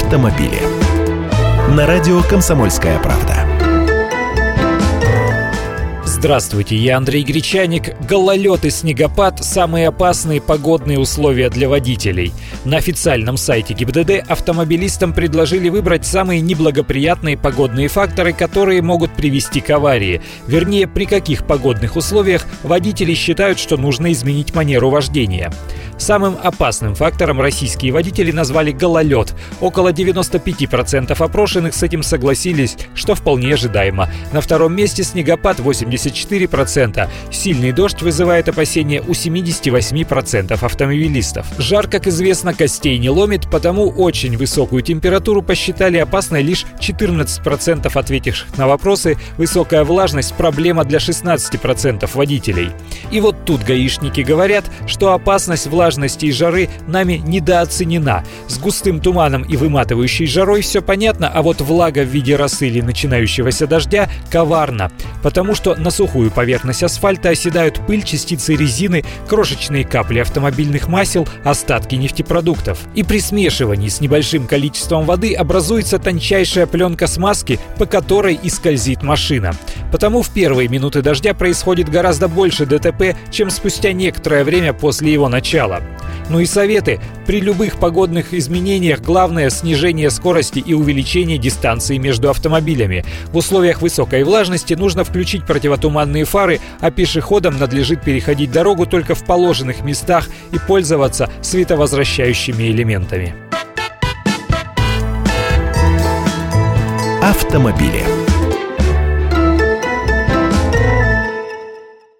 автомобили. На радио «Комсомольская правда». Здравствуйте, я Андрей Гречаник. Гололед и снегопад – самые опасные погодные условия для водителей. На официальном сайте ГИБДД автомобилистам предложили выбрать самые неблагоприятные погодные факторы, которые могут привести к аварии. Вернее, при каких погодных условиях водители считают, что нужно изменить манеру вождения. Самым опасным фактором российские водители назвали гололед. Около 95% опрошенных с этим согласились, что вполне ожидаемо. На втором месте снегопад 84%. Сильный дождь вызывает опасения у 78% автомобилистов. Жар, как известно, костей не ломит, потому очень высокую температуру посчитали опасной лишь 14% ответивших на вопросы. Высокая влажность – проблема для 16% водителей. И вот тут гаишники говорят, что опасность влажности и жары нами недооценена. С густым туманом и выматывающей жарой все понятно, а вот влага в виде росы или начинающегося дождя коварна, потому что на сухую поверхность асфальта оседают пыль, частицы резины, крошечные капли автомобильных масел, остатки нефтепродуктов. И при смешивании с небольшим количеством воды образуется тончайшая пленка смазки, по которой и скользит машина. Потому в первые минуты дождя происходит гораздо больше ДТП, чем спустя некоторое время после его начала. Ну и советы. При любых погодных изменениях главное снижение скорости и увеличение дистанции между автомобилями. В условиях высокой влажности нужно включить противотуманные фары, а пешеходам надлежит переходить дорогу только в положенных местах и пользоваться световозвращающими элементами. Автомобили.